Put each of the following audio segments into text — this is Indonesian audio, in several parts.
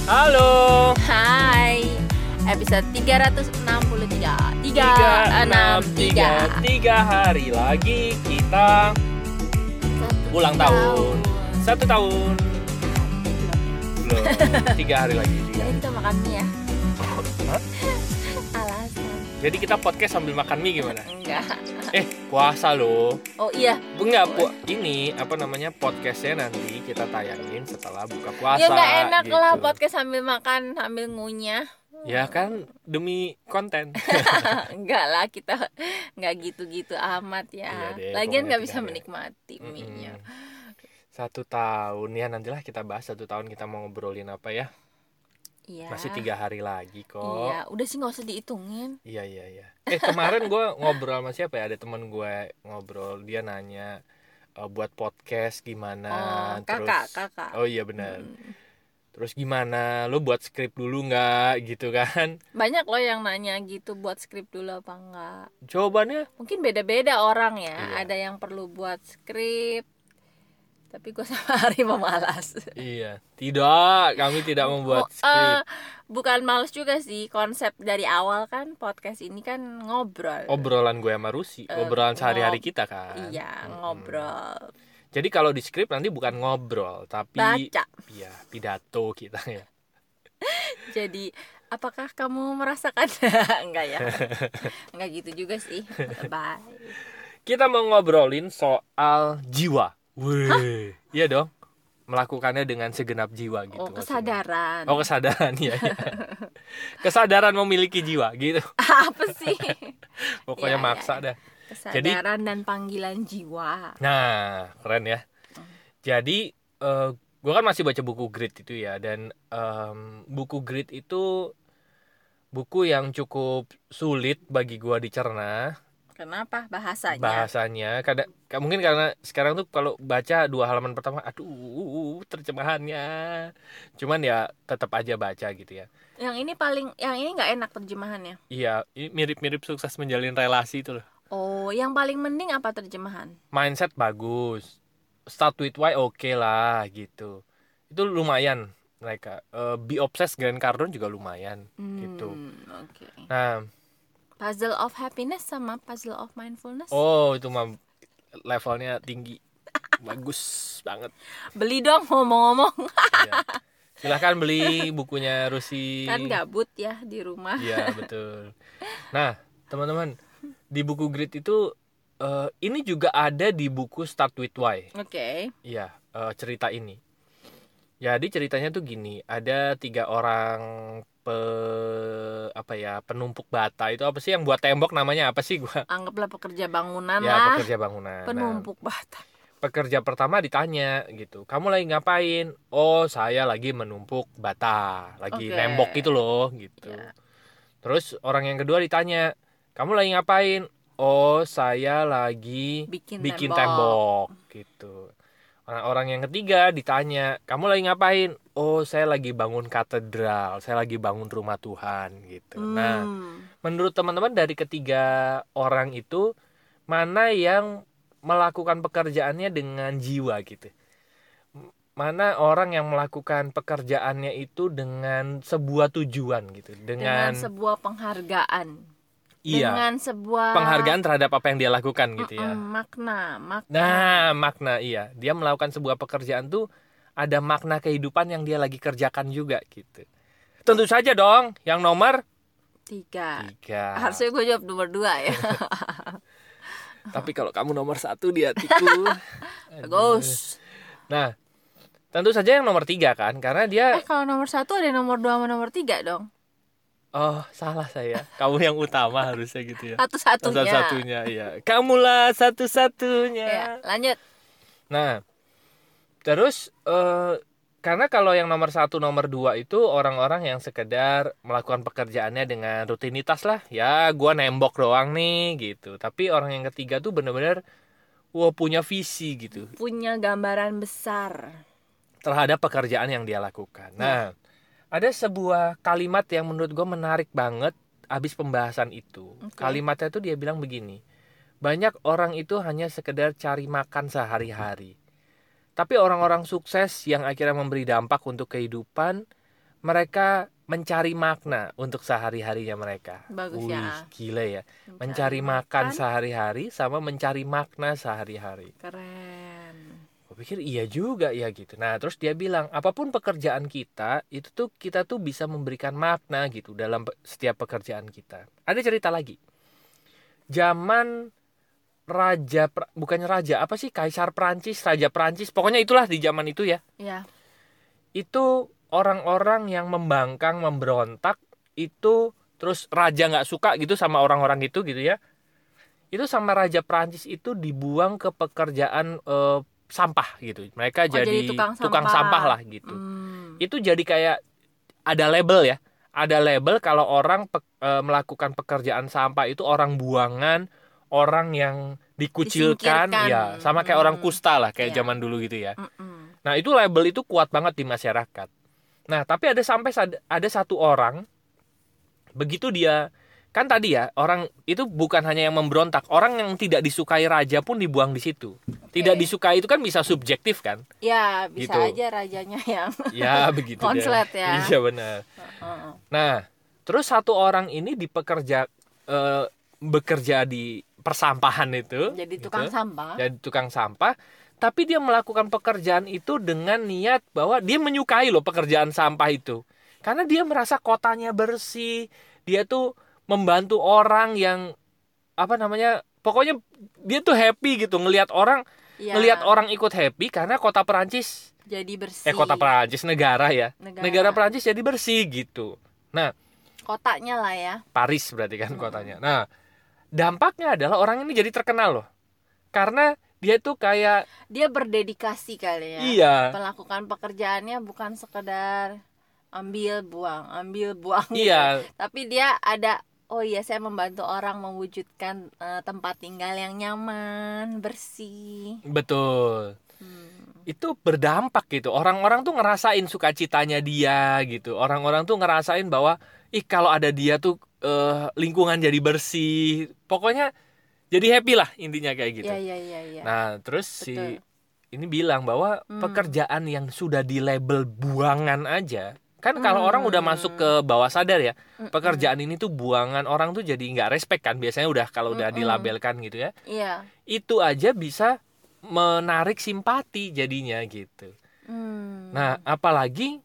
Halo. Hai. Episode 363. 3 hari lagi kita ulang tahun. 1 tahun. Belum. 3 hari lagi. Jadi kita makan mie ya. Hah? Alasan. Jadi kita podcast sambil makan mie gimana? Enggak. Puasa loh. Oh iya. Enggak, ini podcastnya nanti kita tayangin setelah buka puasa. Ya enggak enak gitu. lah podcast sambil makan, sambil ngunyah. Ya kan demi konten. Enggak lah, kita enggak gitu-gitu amat ya. Iya deh, Lagian enggak pokoknya bisa 3 hari. menikmati mie-nya. 1 tahun ya, nantilah kita bahas 1 tahun kita mau ngobrolin apa ya. Iya. Masih 3 hari lagi kok. Iya, udah sih enggak usah dihitungin. Iya. Kemarin gue ngobrol sama siapa ya? Ada teman gue ngobrol, dia nanya buat podcast gimana. Oh, kakak. Oh iya benar. Terus gimana? Lu buat skrip dulu nggak? Gitu kan? Banyak loh yang nanya gitu, buat skrip dulu apa enggak. Jawabannya? Mungkin beda-beda orang ya. Iya. Ada yang perlu buat skrip, tapi gue sama Ari malas. Iya. Tidak, kami tidak membuat skrip. Bukan malas juga sih. Konsep dari awal kan podcast ini kan ngobrol. Obrolan gue sama Rusi, obrolan sehari-hari kita kan. Iya, ngobrol. Jadi kalau di skrip nanti bukan ngobrol, tapi Baca. Iya, pidato kita ya. Jadi, apakah kamu merasakan? Enggak ya. Enggak gitu juga sih. Bye. Kita mau ngobrolin soal jiwa. Wih, iya dong. Melakukannya dengan segenap jiwa gitu. Oh, maksudnya. kesadaran. Oh, kesadaran ya. Kesadaran memiliki jiwa gitu. Apa sih? Pokoknya Ya, maksa ya. dah. Kesadaran dan panggilan jiwa. Nah, keren ya. Jadi, gue kan masih baca buku Grit itu ya, dan buku Grit itu buku yang cukup sulit bagi gue dicerna. Kenapa bahasanya? Bahasanya mungkin karena sekarang tuh kalau baca 2 halaman pertama, aduh terjemahannya. Cuman ya tetap aja baca gitu ya. Yang ini nggak enak terjemahannya. Iya, ini mirip-mirip Sukses Menjalin Relasi itu loh. Oh, yang paling mending apa terjemahan? Mindset bagus, Start with Why oke lah gitu. Itu lumayan mereka. Be Obsessed Grant Cardone juga lumayan gitu. Oke. Nah, Puzzle of Happiness sama Puzzle of Mindfulness. oh itu mah levelnya tinggi. Bagus banget. Beli dong ngomong-ngomong. Ya. Silahkan beli bukunya Rusi. Kan gabut ya di rumah. Iya betul. Nah teman-teman, di buku Grit itu ini juga ada di buku Start with Why. Oke. Iya, cerita ini. Jadi ceritanya tuh gini, ada 3 orang penumpuk bata. Itu apa sih yang buat tembok, namanya apa sih gua? Anggaplah pekerja bangunan Ya, lah. pekerja bangunan. Penumpuk bata. Pekerja pertama ditanya gitu, kamu lagi ngapain? Oh, saya lagi menumpuk bata, lagi Oke. nembok gitu loh gitu. Ya. Terus orang yang kedua ditanya, kamu lagi ngapain? Oh, saya lagi bikin tembok gitu. Orang yang ketiga ditanya, kamu lagi ngapain? Oh, saya lagi bangun katedral, saya lagi bangun rumah Tuhan gitu. Nah, menurut teman-teman dari ketiga orang itu, mana yang melakukan pekerjaannya dengan jiwa gitu? Mana orang yang melakukan pekerjaannya itu dengan sebuah tujuan gitu, dengan sebuah penghargaan. Iya, Dengan sebuah penghargaan terhadap apa yang dia lakukan gitu ya. Makna. Nah, makna, iya. Dia melakukan sebuah pekerjaan tuh ada makna kehidupan yang dia lagi kerjakan juga gitu. Tentu saja dong, yang nomor 3. 3. Harusnya gue jawab nomor 2 ya. Tapi kalau kamu nomor 1 di hatiku. Bagus. Nah, tentu saja yang nomor 3 kan, karena dia Kalau nomor 1 ada nomor 2 sama nomor 3 dong. oh, salah saya. Kamu yang utama harusnya gitu ya. Satu-satunya. Satu-satunya, iya. Kamulah satu-satunya. Ya, lanjut. Nah, terus karena kalau yang nomor 1, nomor 2 itu orang-orang yang sekedar melakukan pekerjaannya dengan rutinitas lah. Ya, gua nembok doang nih gitu. Tapi orang yang ketiga tuh benar-benar punya visi gitu Punya gambaran besar. terhadap pekerjaan yang dia lakukan. Nah, ada sebuah kalimat yang menurut gue menarik banget abis pembahasan itu. Kalimatnya tuh dia bilang begini, banyak orang itu hanya sekedar cari makan sehari-hari. Tapi orang-orang sukses yang akhirnya memberi dampak untuk kehidupan, mereka mencari makna untuk sehari-harinya mereka. Bagus ya. Gila ya. Mencari makan sehari-hari sama mencari makna sehari-hari. Keren. Gue pikir iya juga ya gitu. Nah terus dia bilang apapun pekerjaan kita itu tuh kita tuh bisa memberikan makna gitu dalam setiap pekerjaan kita. Ada cerita lagi. Zaman bukannya raja apa sih, Kaisar Prancis, Raja Prancis, pokoknya itulah di zaman itu ya. Iya. Itu orang-orang yang membangkang, memberontak itu, terus raja nggak suka gitu sama orang-orang itu gitu ya. Itu sama Raja Prancis itu dibuang ke pekerjaan sampah gitu. Mereka jadi tukang sampah lah gitu. Itu jadi kayak ada label ya. Ada label kalau orang melakukan pekerjaan sampah itu orang buangan, orang yang dikucilkan, ya sama kayak orang kusta lah kayak zaman dulu gitu ya. Nah itu label itu kuat banget di masyarakat. Nah tapi ada satu orang, begitu dia kan tadi ya, orang itu bukan hanya yang memberontak, orang yang tidak disukai raja pun dibuang di situ. Tidak disukai itu kan bisa subjektif kan? Ya bisa gitu. Aja rajanya yang ya begitu konslet ya. Iya benar. Nah terus satu orang ini bekerja di persampahan itu. Jadi tukang sampah. Jadi tukang sampah. Tapi dia melakukan pekerjaan itu dengan niat bahwa dia menyukai loh pekerjaan sampah itu. Karena dia merasa kotanya bersih. Dia tuh membantu orang yang pokoknya dia tuh happy gitu ngelihat orang ikut happy karena kota Perancis jadi bersih. Kota Perancis negara ya. Negara Perancis jadi bersih gitu. Nah, kotanya lah ya. Paris berarti kan kotanya. Nah, dampaknya adalah orang ini jadi terkenal loh. Karena dia tuh kayak dia berdedikasi kali ya. Iya. Melakukan pekerjaannya bukan sekedar ambil buang iya. Gitu. Tapi dia ada saya membantu orang mewujudkan tempat tinggal yang nyaman, bersih. Betul. Itu berdampak gitu. Orang-orang tuh ngerasain sukacitanya dia gitu. Orang-orang tuh ngerasain bahwa kalau ada dia tuh lingkungan jadi bersih. Pokoknya jadi happy lah intinya kayak gitu. Iya. Nah, terus Betul. Ini bilang bahwa pekerjaan yang sudah di label buangan aja, kan kalau orang udah masuk ke bawah sadar ya, pekerjaan ini tuh buangan, orang tuh jadi nggak respect kan biasanya udah kalau udah dilabelkan gitu ya. Iya. Itu aja bisa menarik simpati jadinya gitu. Nah, apalagi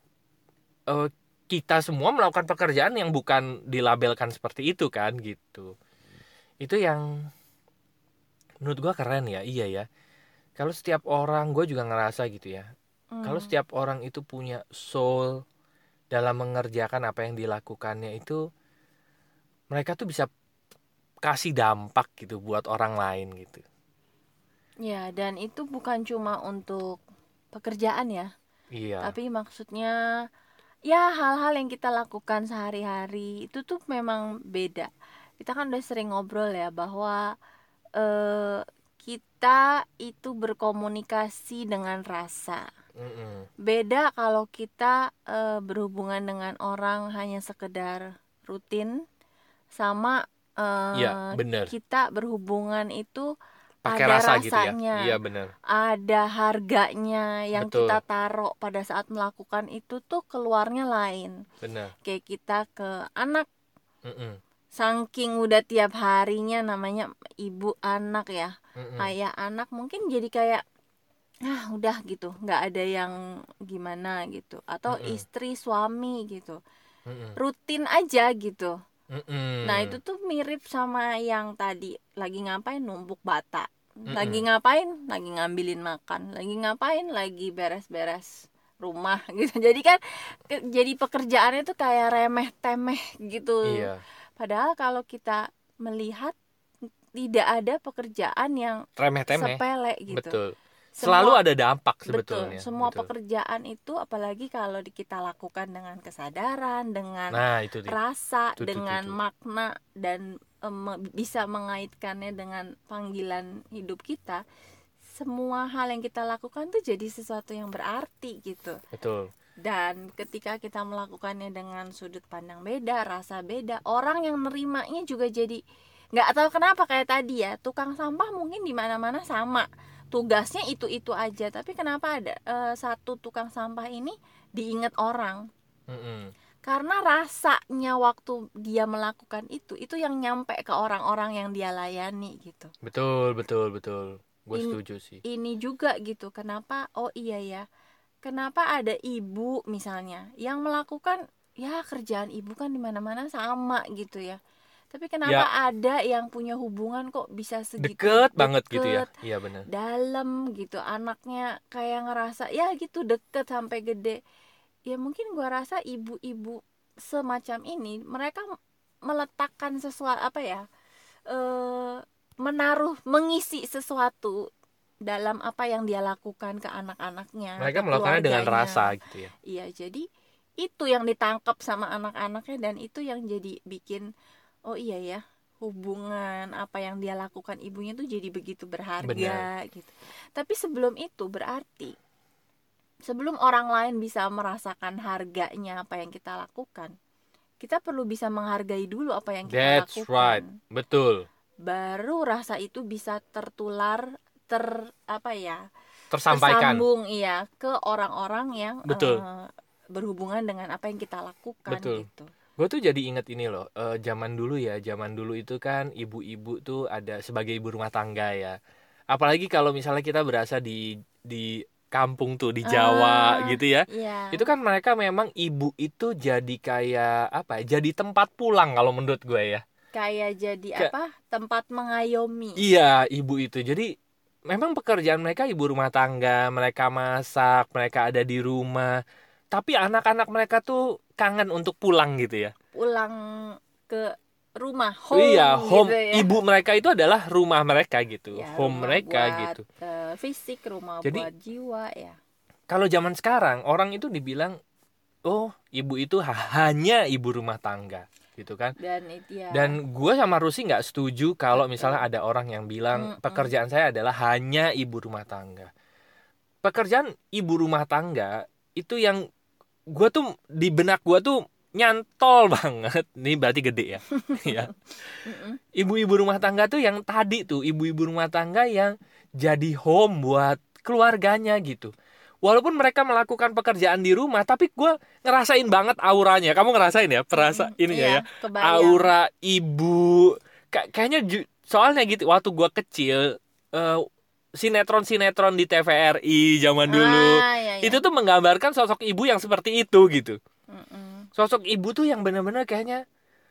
kita semua melakukan pekerjaan yang bukan dilabelkan seperti itu kan gitu. Itu yang menurut gue keren ya. Iya ya. Kalau setiap orang, gue juga ngerasa gitu ya. Kalau setiap orang itu punya soul dalam mengerjakan apa yang dilakukannya itu, mereka tuh bisa kasih dampak gitu buat orang lain gitu. Ya, dan itu bukan cuma untuk pekerjaan ya. Iya. Tapi maksudnya ya hal-hal yang kita lakukan sehari-hari itu tuh memang beda. Kita kan udah sering ngobrol ya bahwa kita itu berkomunikasi dengan rasa. Beda kalau kita berhubungan dengan orang hanya sekedar rutin, sama bener. Kita berhubungan itu pakai ada rasa rasanya, gitu ya. Iya benar. Ada harganya yang Betul. Kita taruh pada saat melakukan itu tuh keluarnya lain. Benar. Kayak kita ke anak. Saking udah tiap harinya namanya ibu anak ya, ayah anak, mungkin jadi kayak udah gitu, nggak ada yang gimana gitu, atau istri suami gitu, rutin aja gitu. Nah itu tuh mirip sama yang tadi, lagi ngapain numpuk bata, lagi ngapain, lagi ngambilin makan, lagi ngapain, lagi beres-beres rumah gitu. Jadi kan jadi pekerjaannya tuh kayak remeh temeh gitu. Iya. Padahal kalau kita melihat tidak ada pekerjaan yang remeh-temeh, sepele gitu. Betul. Selalu ada dampak sebetulnya. Betul. Semua pekerjaan itu apalagi kalau kita lakukan dengan kesadaran, dengan rasa, dengan makna, dan bisa mengaitkannya dengan panggilan hidup kita. Semua hal yang kita lakukan tuh jadi sesuatu yang berarti gitu. Betul. Dan ketika kita melakukannya dengan sudut pandang beda, rasa beda, orang yang nerimanya juga jadi nggak tahu kenapa kayak tadi ya, tukang sampah mungkin di mana-mana sama, tugasnya itu aja, tapi kenapa ada satu tukang sampah ini diingat orang, Karena rasanya waktu dia melakukan itu yang nyampe ke orang-orang yang dia layani gitu. Betul. Gue setuju sih. Ini juga gitu, kenapa iya ya, kenapa ada ibu misalnya yang melakukan, ya kerjaan ibu kan di mana-mana sama gitu ya, tapi kenapa ada yang punya hubungan kok bisa segitu deket banget gitu ya. Iya benar. Dalam gitu, anaknya kayak ngerasa ya gitu deket sampai gede. Ya mungkin gua rasa ibu-ibu semacam ini mereka meletakkan sesuatu mengisi sesuatu dalam apa yang dia lakukan ke anak-anaknya. Mereka melakukannya dengan rasa gitu ya. Iya, jadi itu yang ditangkap sama anak-anaknya dan itu yang jadi bikin oh iya ya, hubungan apa yang dia lakukan ibunya tuh jadi begitu berharga gitu. Tapi sebelum itu berarti sebelum orang lain bisa merasakan harganya apa yang kita lakukan, kita perlu bisa menghargai dulu apa yang kita lakukan. That's right. Betul. Baru rasa itu bisa tertular, tersampaikan. Tersambung ke orang-orang yang berhubungan dengan apa yang kita lakukan. Betul. Gitu. Gue tuh jadi inget ini loh, zaman dulu itu kan ibu-ibu tuh ada sebagai ibu rumah tangga ya. Apalagi kalau misalnya kita berasa di kampung tuh di Jawa gitu ya. Iya. Itu kan mereka memang ibu itu jadi kayak jadi tempat pulang kalau menurut gue ya. Kayak jadi tempat mengayomi. Iya, ibu itu. Jadi memang pekerjaan mereka ibu rumah tangga, mereka masak, mereka ada di rumah. Tapi anak-anak mereka tuh kangen untuk pulang gitu ya. Pulang ke rumah, home. Iya, home. Gitu ya. Ibu mereka itu adalah rumah mereka gitu, ya, home mereka buat, gitu. Fisik, rumah jadi, buat jiwa ya. Kalau zaman sekarang orang itu dibilang, oh ibu itu hanya ibu rumah tangga gitu kan. Dan gue sama Rusi nggak setuju kalau misalnya ada orang yang bilang pekerjaan saya adalah hanya ibu rumah tangga. Pekerjaan ibu rumah tangga itu yang gue tuh di benak gue tuh nyantol banget. Ini berarti gede ya. Ya. Ibu-ibu rumah tangga tuh yang tadi tuh ibu-ibu rumah tangga yang jadi home buat keluarganya gitu. Walaupun mereka melakukan pekerjaan di rumah, tapi gue ngerasain banget auranya. Kamu ngerasain ya, ya? Kebayang. Aura ibu. Kayaknya soalnya gitu. Waktu gue kecil, sinetron di TVRI zaman dulu, itu tuh menggambarkan sosok ibu yang seperti itu gitu. Sosok ibu tuh yang benar-benar kayaknya,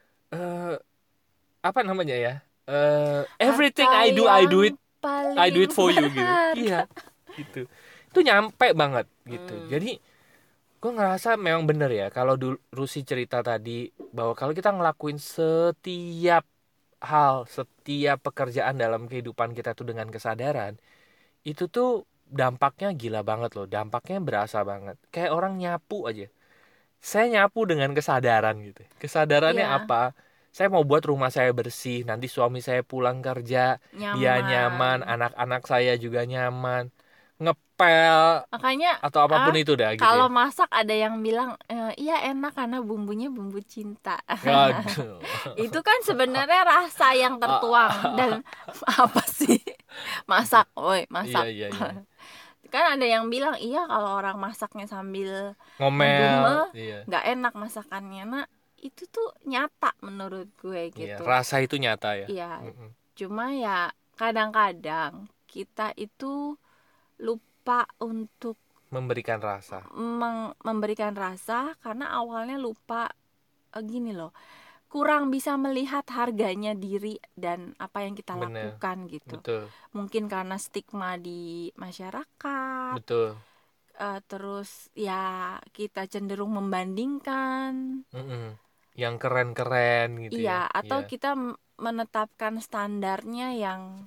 everything I do it for you gitu. Iya, gitu. Itu nyampe banget gitu. Jadi gue ngerasa memang bener ya kalau Rusi cerita tadi bahwa kalau kita ngelakuin setiap hal, setiap pekerjaan dalam kehidupan kita tuh dengan kesadaran, itu tuh dampaknya gila banget loh. Dampaknya berasa banget. Kayak orang nyapu aja. Saya nyapu dengan kesadaran gitu. Kesadarannya apa? Saya mau buat rumah saya bersih. Nanti suami saya pulang kerja, dia nyaman, anak-anak saya juga nyaman. Ngepel makanya atau apapun itu dah gitu. Kalau masak ada yang bilang iya enak karena bumbunya bumbu cinta. Itu kan sebenarnya rasa yang tertuang dan apa sih masak, masak. Iya. Kan ada yang bilang iya kalau orang masaknya sambil ngomel, nggak enak masakannya. Nah itu tuh nyata menurut gue gitu. Iya, rasa itu nyata ya. Iya. Cuma ya kadang-kadang kita itu lupa untuk memberikan rasa. Memberikan rasa karena awalnya lupa gini loh. Kurang bisa melihat harganya diri dan apa yang kita lakukan gitu. Betul. Mungkin karena stigma di masyarakat. Betul. Terus ya kita cenderung membandingkan. Yang keren-keren gitu ya. Iya, atau kita menetapkan standarnya yang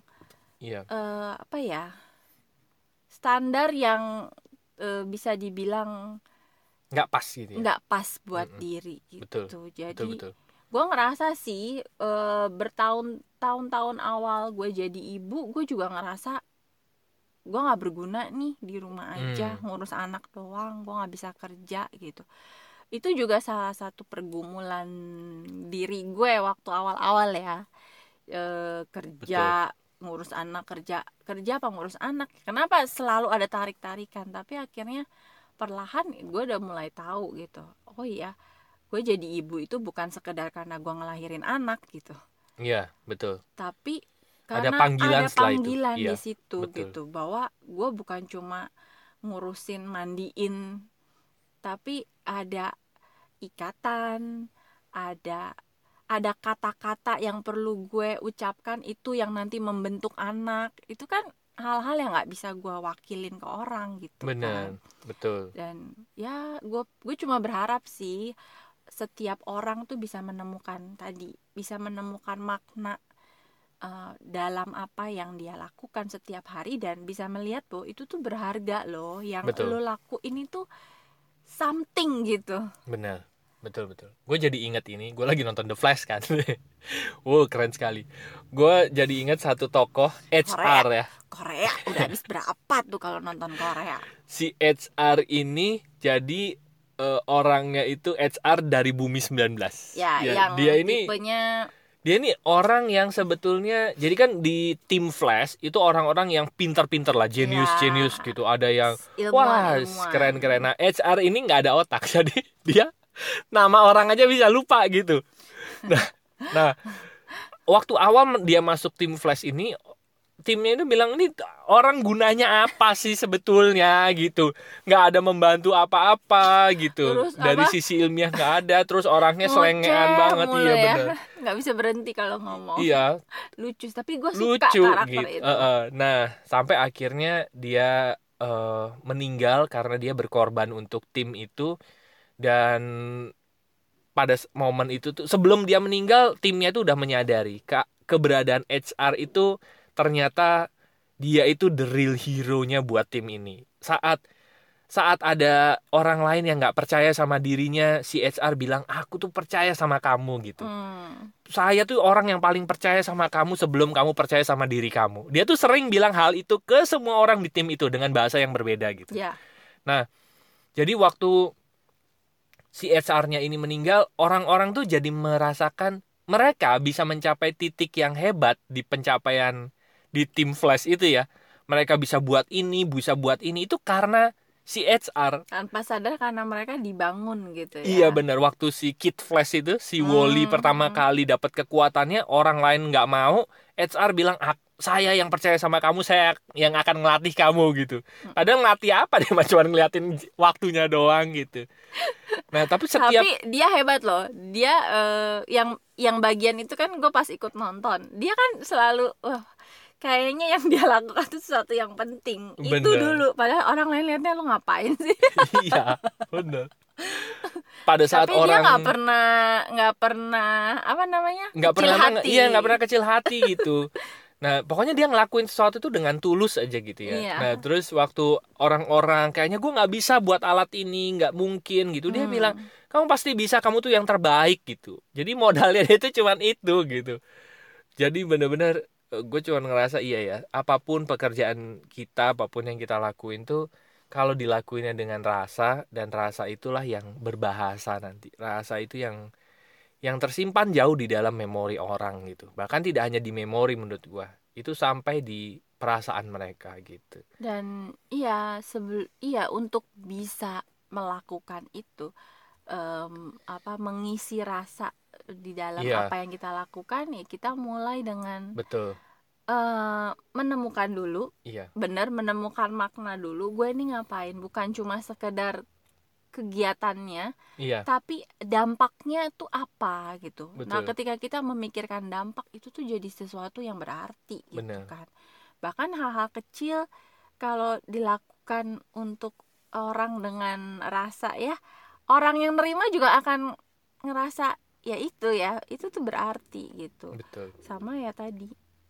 standar yang bisa dibilang nggak pas gitu ya. Nggak pas buat diri gitu. Betul. Jadi betul. Gue ngerasa sih bertahun-tahun awal gue jadi ibu, gue juga ngerasa gue nggak berguna nih di rumah aja ngurus anak doang, gue nggak bisa kerja gitu. Itu juga salah satu pergumulan diri gue waktu awal-awal ya. Kerja, betul. Ngurus anak, kerja apa ngurus anak. Kenapa selalu ada tarik-tarikan, tapi akhirnya perlahan gue udah mulai tahu gitu, oh iya, gue jadi ibu itu bukan sekedar karena gue ngelahirin anak gitu. Iya, betul. Tapi Ada karena panggilan ada setelah itu. panggilan Iya, di situ betul. gitu, bahwa gue bukan cuma ngurusin mandiin, tapi ada ikatan, ada kata-kata yang perlu gue ucapkan itu yang nanti membentuk anak. Itu kan hal-hal yang nggak bisa gue wakilin ke orang gitu. Bener, kan. betul. Dan ya gue cuma berharap sih setiap orang tuh bisa menemukan makna dalam apa yang dia lakukan setiap hari, dan bisa melihat bahwa itu tuh berharga loh, yang Betul. lo lakuin itu something gitu. Bener, betul. Gue jadi ingat ini, gue lagi nonton The Flash kan. Wow, keren sekali. Gue jadi ingat satu tokoh HR Korea udah habis berapa tuh kalau nonton Korea. Si HR ini jadi orangnya itu HR dari Bumi 19. Ya, yang dia tipenya ini orang yang sebetulnya, jadi kan di tim Flash itu orang-orang yang pintar-pintar lah, jenius gitu. Ada yang ilmuwan. keren-keren. Nah, HR ini nggak ada otak, jadi dia nama orang aja bisa lupa gitu. Nah, waktu awal dia masuk tim Flash ini, timnya itu bilang, ini orang gunanya apa sih sebetulnya gitu, nggak ada membantu apa-apa gitu. Terus dari sisi ilmiah nggak ada, terus orangnya selengean banget. Iya ya. benar, nggak bisa berhenti kalau ngomong. Iya, lucu, tapi gue suka karakter gitu. Itu Nah, sampai akhirnya dia meninggal karena dia berkorban untuk tim itu. Dan pada momen itu tuh, sebelum dia meninggal, timnya tuh udah menyadari keberadaan HR itu ternyata dia itu the real hero-nya buat tim ini. Saat ada orang lain yang nggak percaya sama dirinya, si HR bilang, aku tuh percaya sama kamu gitu. Saya tuh orang yang paling percaya sama kamu sebelum kamu percaya sama diri kamu. Dia tuh sering bilang hal itu ke semua orang di tim itu dengan bahasa yang berbeda gitu. Yeah. Nah, jadi waktu si HR-nya ini meninggal, orang-orang tuh jadi merasakan mereka bisa mencapai titik yang hebat di pencapaian di tim Flash itu ya. Mereka bisa buat ini itu karena si HR. Tanpa sadar, karena mereka dibangun gitu ya. Iya benar, waktu si Kid Flash itu, si Wally pertama kali dapat kekuatannya, orang lain nggak mau, HR bilang, saya yang percaya sama kamu, saya yang akan ngelatih kamu gitu. Padahal ngelatih apa, dia cuma ngeliatin waktunya doang gitu. Nah, tapi dia hebat loh. Dia yang bagian itu kan gue pas ikut nonton, dia kan selalu kayaknya yang dia lakukan itu sesuatu yang penting. Bener. Itu dulu, padahal orang lain lihatnya, lo ngapain sih? Iya, bener. Pada saat tapi orang dia nggak pernah apa namanya, nggak pernah kecil hati gitu. Nah, pokoknya dia ngelakuin sesuatu itu dengan tulus aja gitu ya. Iya. Nah, terus waktu orang-orang kayaknya gue nggak bisa buat alat ini, nggak mungkin gitu, dia bilang, kamu pasti bisa, kamu tuh yang terbaik gitu. Jadi modalnya itu cuman itu gitu. Jadi benar-benar gue cuma ngerasa iya ya, apapun pekerjaan kita, apapun yang kita lakuin tuh, kalau dilakuinnya dengan rasa, dan rasa itulah yang berbahasa nanti. Rasa itu yang tersimpan jauh di dalam memori orang gitu. Bahkan tidak hanya di memori menurut gua, itu sampai di perasaan mereka gitu. Dan iya, untuk bisa melakukan itu, mengisi rasa di dalam apa yang kita lakukan, ya kita mulai dengan menemukan dulu, benar, menemukan makna dulu. Gue ini ngapain, bukan cuma sekedar kegiatannya, tapi dampaknya tuh apa gitu. Betul. Nah, ketika kita memikirkan dampak itu tuh jadi sesuatu yang berarti gitu. Kan. Bahkan hal-hal kecil kalau dilakukan untuk orang dengan rasa, ya orang yang nerima juga akan ngerasa ya itu tuh berarti gitu. Betul. Sama ya tadi,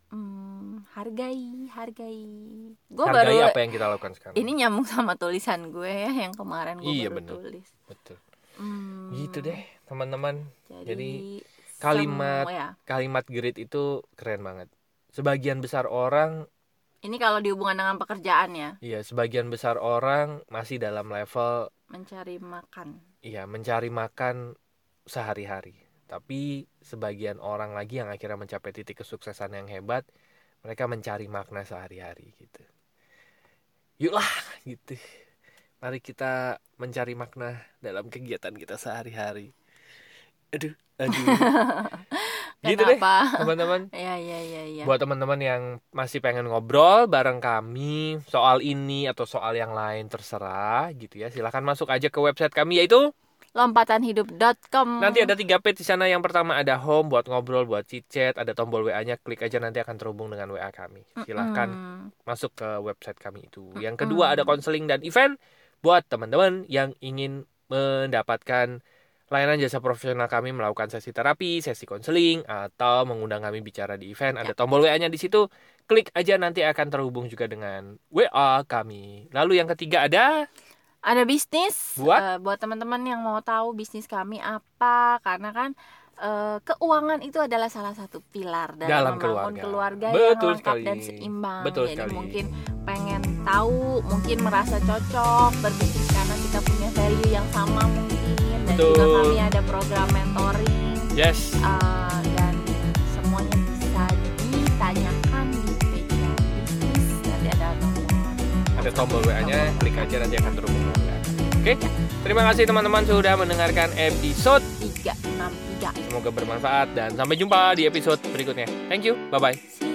hargai. Hargai apa yang kita lakukan sekarang. Ini nyambung sama tulisan gue ya, yang kemarin gue baru tulis. Betul. Gitu deh teman-teman. Jadi kalimat great itu keren banget. Sebagian besar orang, ini kalau dihubungkan dengan pekerjaan ya. Iya, sebagian besar orang masih dalam level mencari makan. Iya, mencari makan sehari-hari. Tapi sebagian orang lagi yang akhirnya mencapai titik kesuksesan yang hebat, mereka mencari makna sehari-hari gitu. Yuklah gitu. Mari kita mencari makna dalam kegiatan kita sehari-hari. Aduh. Gitu deh teman-teman. Iya. Buat teman-teman yang masih pengen ngobrol bareng kami soal ini atau soal yang lain terserah gitu ya. Silahkan masuk aja ke website kami yaitu lompatanhidup.com. Nanti ada 3 page di sana. Yang pertama ada home buat ngobrol, buat chit-chat, ada tombol WA-nya, klik aja nanti akan terhubung dengan WA kami. Silahkan masuk ke website kami itu. Yang kedua ada konseling dan event buat teman-teman yang ingin mendapatkan layanan jasa profesional kami melakukan sesi terapi, sesi konseling, atau mengundang kami bicara di event. Ada tombol WA-nya di situ. Klik aja nanti akan terhubung juga dengan WA kami. Lalu yang ketiga ada bisnis buat teman-teman yang mau tahu bisnis kami apa, karena kan keuangan itu adalah salah satu pilar dalam membangun keluarga yang lengkap dan seimbang. Jadi mungkin pengen tahu, mungkin merasa cocok berbisnis karena kita punya value yang sama mungkin, dan juga kami ada program mentoring. Yes. Dan semuanya bisa ditanyakan di page bisnis. Nanti ada tombol WA-nya, klik aja nanti akan terhubung. Oke, terima kasih teman-teman sudah mendengarkan episode 363. Semoga bermanfaat dan sampai jumpa di episode berikutnya. Thank you, bye-bye.